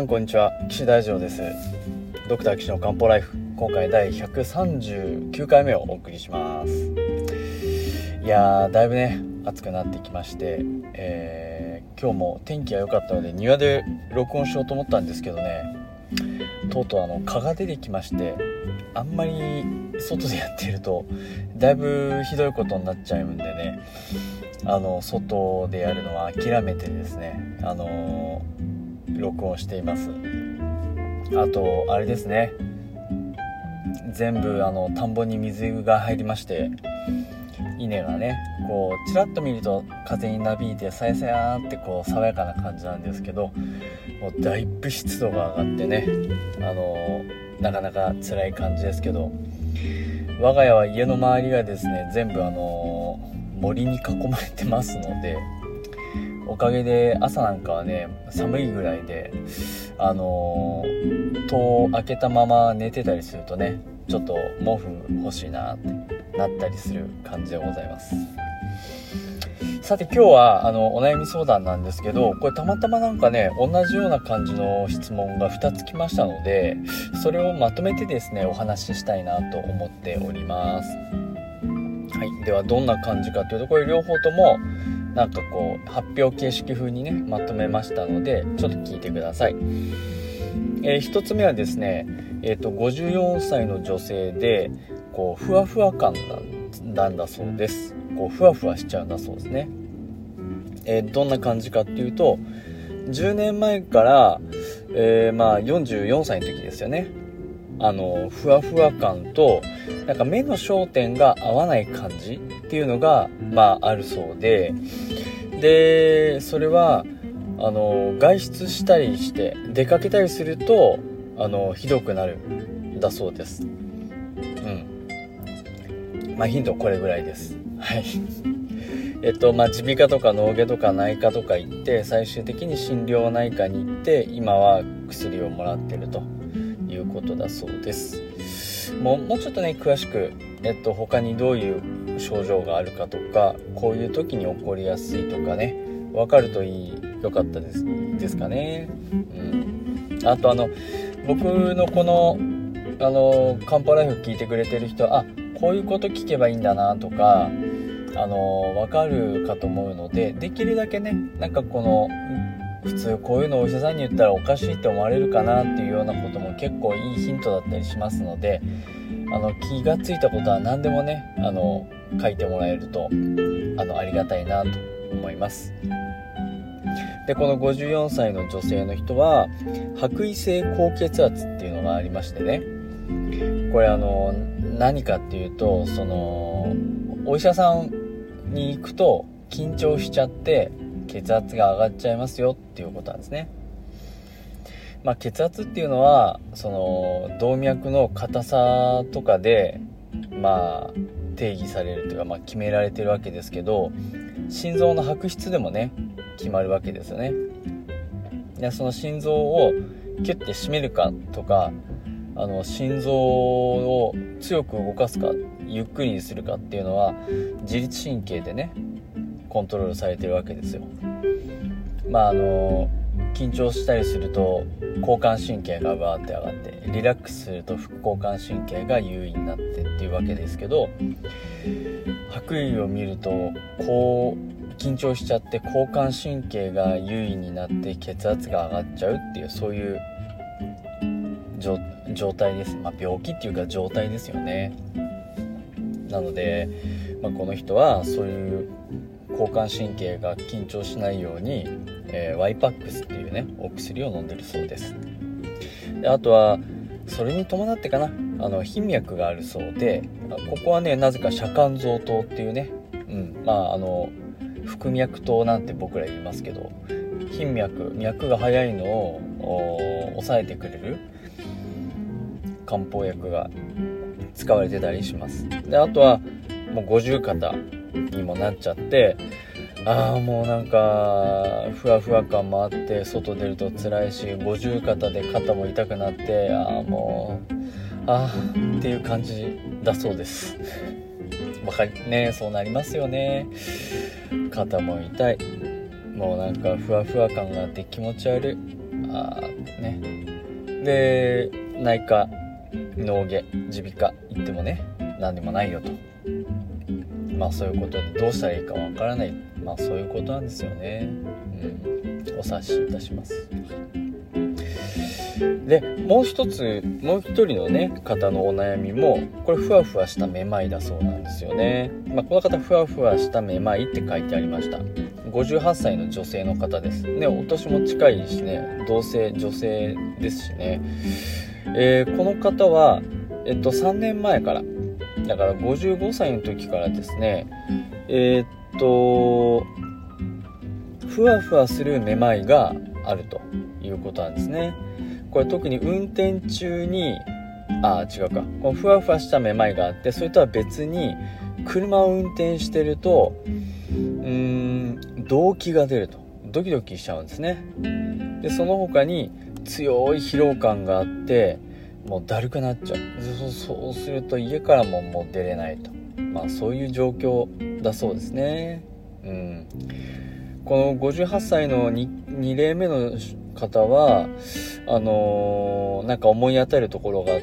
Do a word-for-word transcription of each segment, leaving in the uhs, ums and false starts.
んこんにちは、岸大二郎です。ドクター岸の漢方ライフ、今回だいひゃくさんじゅうきゅうかいめをお送りします。いやーだいぶね暑くなってきまして、えー、今日も天気が良かったので庭で録音しようと思ったんですけどね、とうとうあの蚊が出てきまして、あんまり外でやっているとだいぶひどいことになっちゃうんでね、あの外でやるのは諦めてですね、あのー、録音しています。あとあれですね、全部あの田んぼに水が入りまして、稲がねこうちらっと見ると風になびいてさやさやーってこう爽やかな感じなんですけど、もうだいぶ湿度が上がってね、あのー、なかなか辛い感じですけど、我が家は家の周りがですね全部あのー森に囲まれてますので、おかげで朝なんかはね寒いぐらいで、あのー、戸を開けたまま寝てたりするとね、ちょっと毛布欲しいなってなったりする感じでございます。さて今日はあのお悩み相談なんですけど、これたまたまなんかね同じような感じの質問がふたつ来ましたので、それをまとめてですねお話ししたいなと思っております。はい、ではどんな感じかというと、これ両方ともなんかこう発表形式風にねまとめましたので、ちょっと聞いてください。えー、ひとつめはですね、えーと、ごじゅうよんさいの女性でこうふわふわ感なんだそうです。こうふわふわしちゃうんだそうですね。えー、どんな感じかっていうと、じゅうねんまえから、えー、まあよんじゅうよんさいの時ですよね、あのふわふわ感となんか目の焦点が合わない感じっていうのがまああるそうで、でそれはあの外出したりして出かけたりするとあのひどくなるんだそうです。うんまあヒントはこれぐらいです。はいえっとまあ耳鼻科とか脳外とか内科とか行って、最終的に心療内科に行って今は薬をもらってるということだそうです。もう、もうちょっとね詳しく、えっと、他にどういう症状があるかとか、こういう時に起こりやすいとかね分かるといいよかったですですかね。うん、あとあの僕のこのあの漢方ライフ聞いてくれてる人は、あこういうこと聞けばいいんだなとかあの分かるかと思うので、できるだけねなんかこの普通こういうのをお医者さんに言ったらおかしいって思われるかなっていうようなことも結構いいヒントだったりしますので、あの気がついたことは何でもねあの書いてもらえるとあのありがたいなと思います。でこのごじゅうよんさいの女性の人は白衣性高血圧っていうのがありましてね、これあの何かっていうと、そのお医者さんに行くと緊張しちゃって血圧が上がっちゃいますよっていうことなんですね。まあ、血圧っていうのはその動脈の硬さとかでまあ定義されるというか、まあ、決められてるわけですけど、心臓の拍出でもね決まるわけですよね。でその心臓をキュッて締めるかとか、あの心臓を強く動かすかゆっくりにするかっていうのは自律神経でねコントロールされてるわけですよ。まああの緊張したりすると交感神経がバーって上がって、リラックスすると副交感神経が優位になってっていうわけですけど、白衣を見るとこう緊張しちゃって交感神経が優位になって血圧が上がっちゃうっていう、そういう状態です。まあ病気っていうか状態ですよね。なので、まあ、この人はそういう交感神経が緊張しないように、えー、ワイパックスっていうねお薬を飲んでるそうです。であとはそれに伴ってかな、あの頻脈があるそうで、ここはねなぜか遮間臓糖っていうね、うんまああの腹脈糖なんて僕ら言いますけど、頻脈脈が速いのを抑えてくれる漢方薬が使われてたりします。であとはもう五十肩にもなっちゃって、ああもうなんかふわふわ感もあって外出ると辛いし、五十肩で肩も痛くなって、ああもうああっていう感じだそうです。わかりね、そうなりますよね。肩も痛い、もうなんかふわふわ感があって気持ち悪い、 あねで内科脳外耳鼻科行ってもね何でもないよと、まあそういうことでどうしたらいいかわからない、まあそういうことなんですよね。うん、お察しいたします。でもう一つもう一人のね方のお悩みもこれふわふわしためまいだそうなんですよね。まあ、この方ふわふわしためまいって書いてありました。ごじゅうはっさいの女性の方ですね。お年も近いしね、同性女性ですしね、えー、この方は、えっと、さんねんまえからだからごじゅうごさいの時からですね、えー、っとふわふわするめまいがあるということなんですね。これ特に運転中にあ違うかこのふわふわしためまいがあって、それとは別に車を運転してるとうーん動悸が出ると、ドキドキしちゃうんですね。でその他に強い疲労感があってもうだるくなっちゃう。そそうすると家からももう出れないと、まあそういう状況だそうですね。うん、このごじゅうはっさいの 2, 2例目の方はあのー、なんか思い当たるところがあって、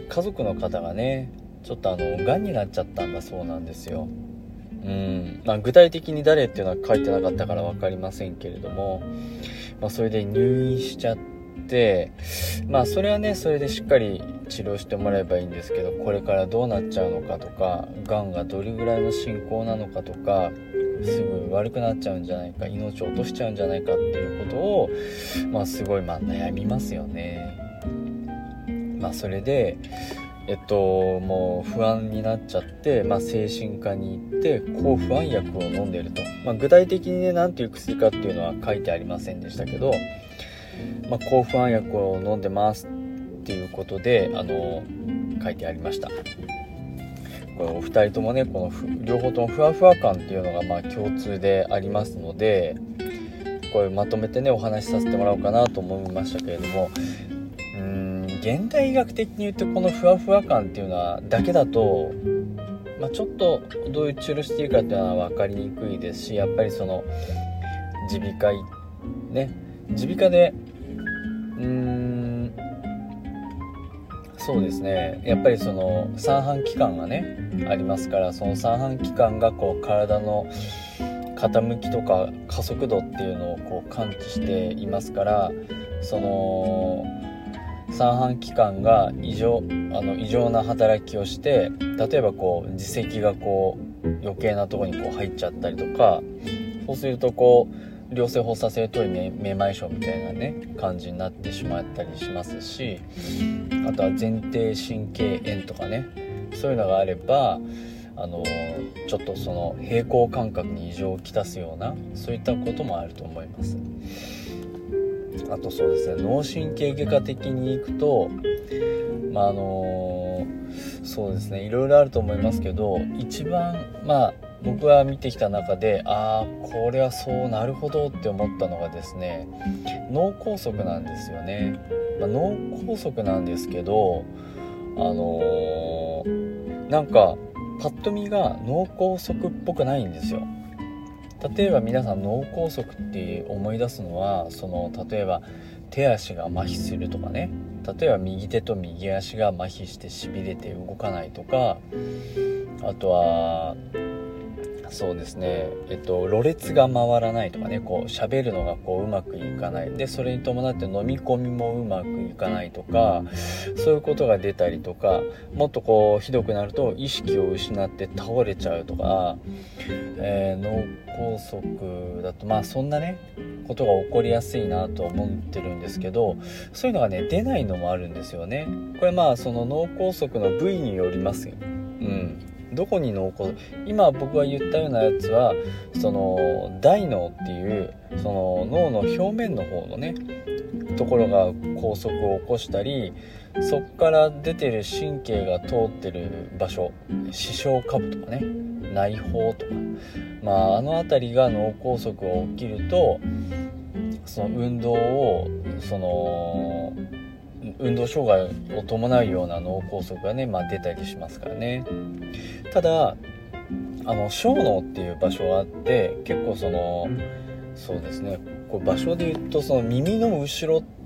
家族の方がねちょっとあの癌になっちゃったんだそうなんですよ。うんまあ、具体的に誰っていうのは書いてなかったから分かりませんけれども、まあ、それで入院しちゃってまあそれはねそれでしっかり治療してもらえばいいんですけど、これからどうなっちゃうのかとか、癌がどれぐらいの進行なのかとか、すぐ悪くなっちゃうんじゃないか、命を落としちゃうんじゃないかっていうことをまあすごいまあ悩みますよね。まあそれでえっともう不安になっちゃって、まあ、精神科に行って抗不安薬を飲んでいると、まあ、具体的にね何ていう薬かっていうのは書いてありませんでしたけど、まあ、抗不安薬を飲んでますっていうことであの書いてありました。これお二人ともねこの両方ともふわふわ感っていうのがまあ共通でありますので、これまとめてねお話しさせてもらおうかなと思いましたけれども、うーん現代医学的に言うとこのふわふわ感っていうのはだけだと、まあ、ちょっとどういう治療していいかっていうのは分かりにくいですし、やっぱりその耳鼻科ね耳鼻科でうーんそうですねやっぱりその三半規管がねありますから、その三半規管がこう体の傾きとか加速度っていうのをこう感知していますから、その三半規管が異常あの異常な働きをして、例えばこう耳石がこう余計なところにこう入っちゃったりとか、そうするとこう良性発作性頭位めまい症みたいなね感じになってしまったりしますし、あとは前庭神経炎とかね、そういうのがあればあのちょっとその平衡感覚に異常をきたすようなそういったこともあると思います。あとそうですね脳神経外科的に行くとまああのそうですねいろいろあると思いますけど、一番まあ僕が見てきた中でああこれはそうなるほどって思ったのがですね、脳梗塞なんですよね。まあ、脳梗塞なんですけどあのー、なんかパッと見が脳梗塞っぽくないんですよ。例えば皆さん脳梗塞って思い出すのはその例えば手足が麻痺するとかね、例えば右手と右足が麻痺してしびれて動かないとか、あとはそうですねえっとろれつが回らないとかね、こう喋るのがこううまくいかないで、それに伴って飲み込みもうまくいかないとか、そういうことが出たりとか、もっとこうひどくなると意識を失って倒れちゃうとか、えー、脳梗塞だとまあそんなねことが起こりやすいなと思ってるんですけど、そういうのがね出ないのもあるんですよね。これまあその脳梗塞の部位によりますよ。うんどこに脳梗塞、今僕が言ったようなやつはその大脳っていうその脳の表面の方のねところが梗塞を起こしたり、そこから出てる神経が通ってる場所、視床下部とかね内包とか、まああの辺りが脳梗塞が起きるとその運動をその運動障害を伴うような脳梗塞がね、まあ、出たりしますからね。ただあの小脳っていう場所があって、結構そのそうですねこう場所で言うとその耳の後ろ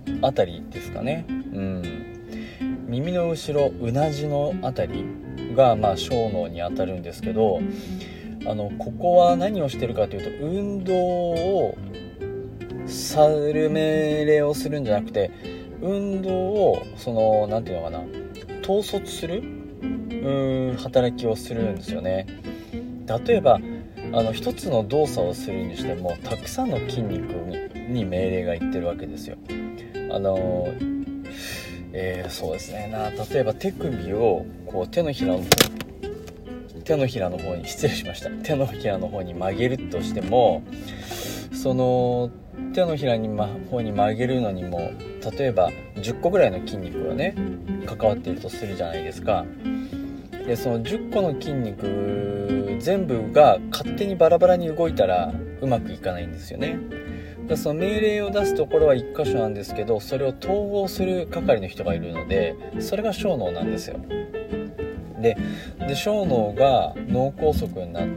あたりですかね。うん、耳の後ろ、うなじのあたりがまあ小脳に当たるんですけど、あのここは何をしてるかというと、運動をさる命令をするんじゃなくて、運動をそのなんていうのかな、統率するうーん働きをするんですよね。例えばあの一つの動作をするにしてもたくさんの筋肉に、に命令がいってるわけですよ。あの、えー、そうですねな例えば手首をこう手のひらの手のひらの方に失礼しました手のひらの方に曲げるとしても、その手のひらに、ま、方に曲げるのにも例えばじゅっこぐらいの筋肉がね関わっているとするじゃないですか。でそのじゅっこの筋肉全部が勝手にバラバラに動いたらうまくいかないんですよね。だその命令を出すところはいっ箇所なんですけど、それを統合する係の人がいるので、それが小脳なんですよ。で, で小脳が脳梗塞になって、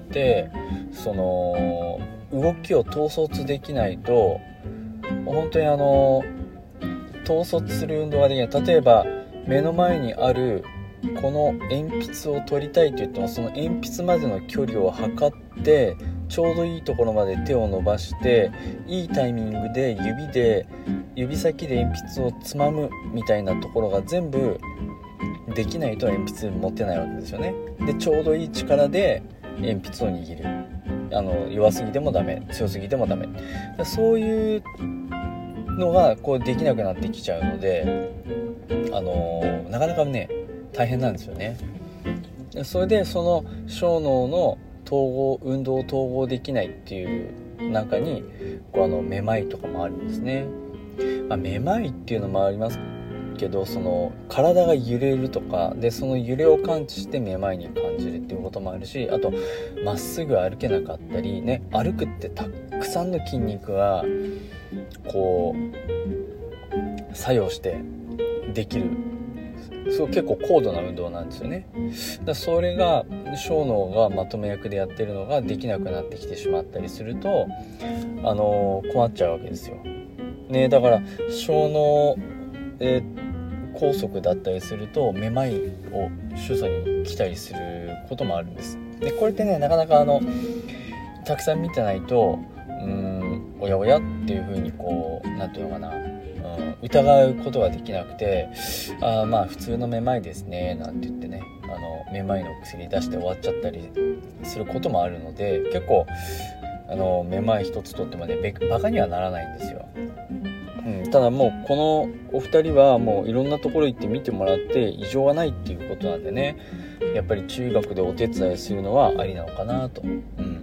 その動きを統率できないと本当にあの統率する運動ができない。例えば目の前にあるこの鉛筆を取りたいと言っても、その鉛筆までの距離を測ってちょうどいいところまで手を伸ばして、いいタイミングで指で指先で鉛筆をつまむみたいなところが全部できないと鉛筆持てないわけですよね。でちょうどいい力で鉛筆を握る、あの弱すぎてもダメ、強すぎてもダメ、そういうのがこうできなくなってきちゃうので、あのなかなかね大変なんですよね。それでその小脳の統合運動を統合できないっていう中にこうあのめまいとかもあるんですね。まあ、めまいっていうのもありますけど、その体が揺れるとかで、その揺れを感知してめまいに感じるっていうこともあるし、あとまっすぐ歩けなかったりね、歩くってたくさんの筋肉がこう作用してできる、そう結構高度な運動なんですよね。だそれが小脳がまとめ役でやってるのができなくなってきてしまったりすると、あのー、困っちゃうわけですよ、ね、だから小脳、えー、梗塞だったりするとめまいを主訴に来たりすることもあるんです。でこれってねなかなかあのたくさん見てないとうーんおやおやっていう風にこうなんていうのかな、疑うことができなくて、あーまあ普通のめまいですねなんて言ってね、あのめまいの薬出して終わっちゃったりすることもあるので、結構あのめまい一つとってもねバカにはならないんですよ、うん、ただもうこのお二人はもういろんなところ行って見てもらって異常がないっていうことなんでね、やっぱり中学でお手伝いするのはありなのかなと、うん、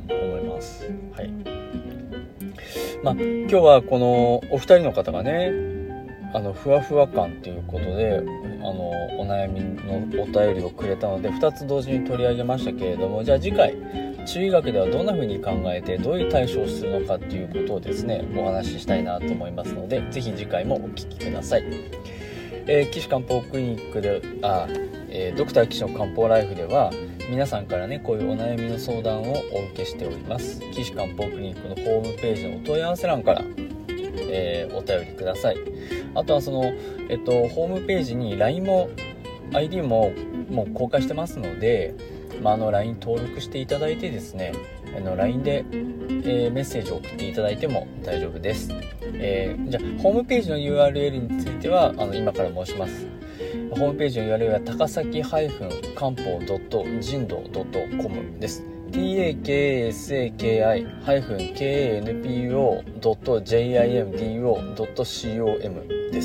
思います。はい。まあ今日はこのお二人の方がね、あのふわふわ感ということであのお悩みのお便りをくれたのでふたつ同時に取り上げましたけれども、じゃあ次回中医学ではどんな風に考えてどういう対処をするのかっていうことをですねお話ししたいなと思いますので、ぜひ次回もお聞きください。えー、岸漢方クリニックであ、えー、ドクター岸の漢方ライフでは皆さんからねこういうお悩みの相談をお受けしております。岸漢方クリニックのホームページのお問い合わせ欄から、えー、お便りください。あとはその、えっと、ホームページに ライン も アイディー ももう公開してますので、まあ、あの ライン 登録していただいてですね、あの ライン で、えー、メッセージを送っていただいても大丈夫です。えー、じゃあホームページの ユーアールエル についてはあの今から申します。ホームページの ユーアールエル は高崎漢方人道 ドットコム です。タカサキ ケーエヌピーオー ドット ジェイアイエムディーオー ドット コム です。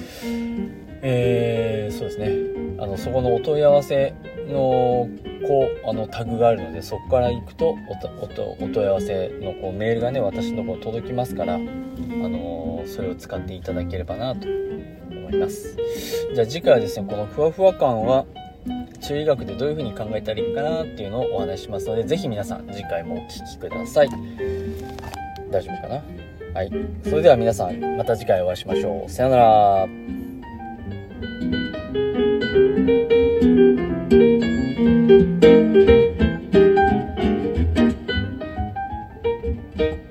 えー、そうですね。あのそこのお問い合わせのこうあのタグがあるので、そこから行くとおとおとお問い合わせのこうメールがね私のところ届きますから、あのー、それを使っていただければなと思います。じゃあ次回はですねこのふわふわ感は中医学でどういう風に考えたらいいかなっていうのをお話ししますので、ぜひ皆さん次回もお聞きください。大丈夫かな。はい、それでは皆さんまた次回お会いしましょう。さよなら。 Thank you.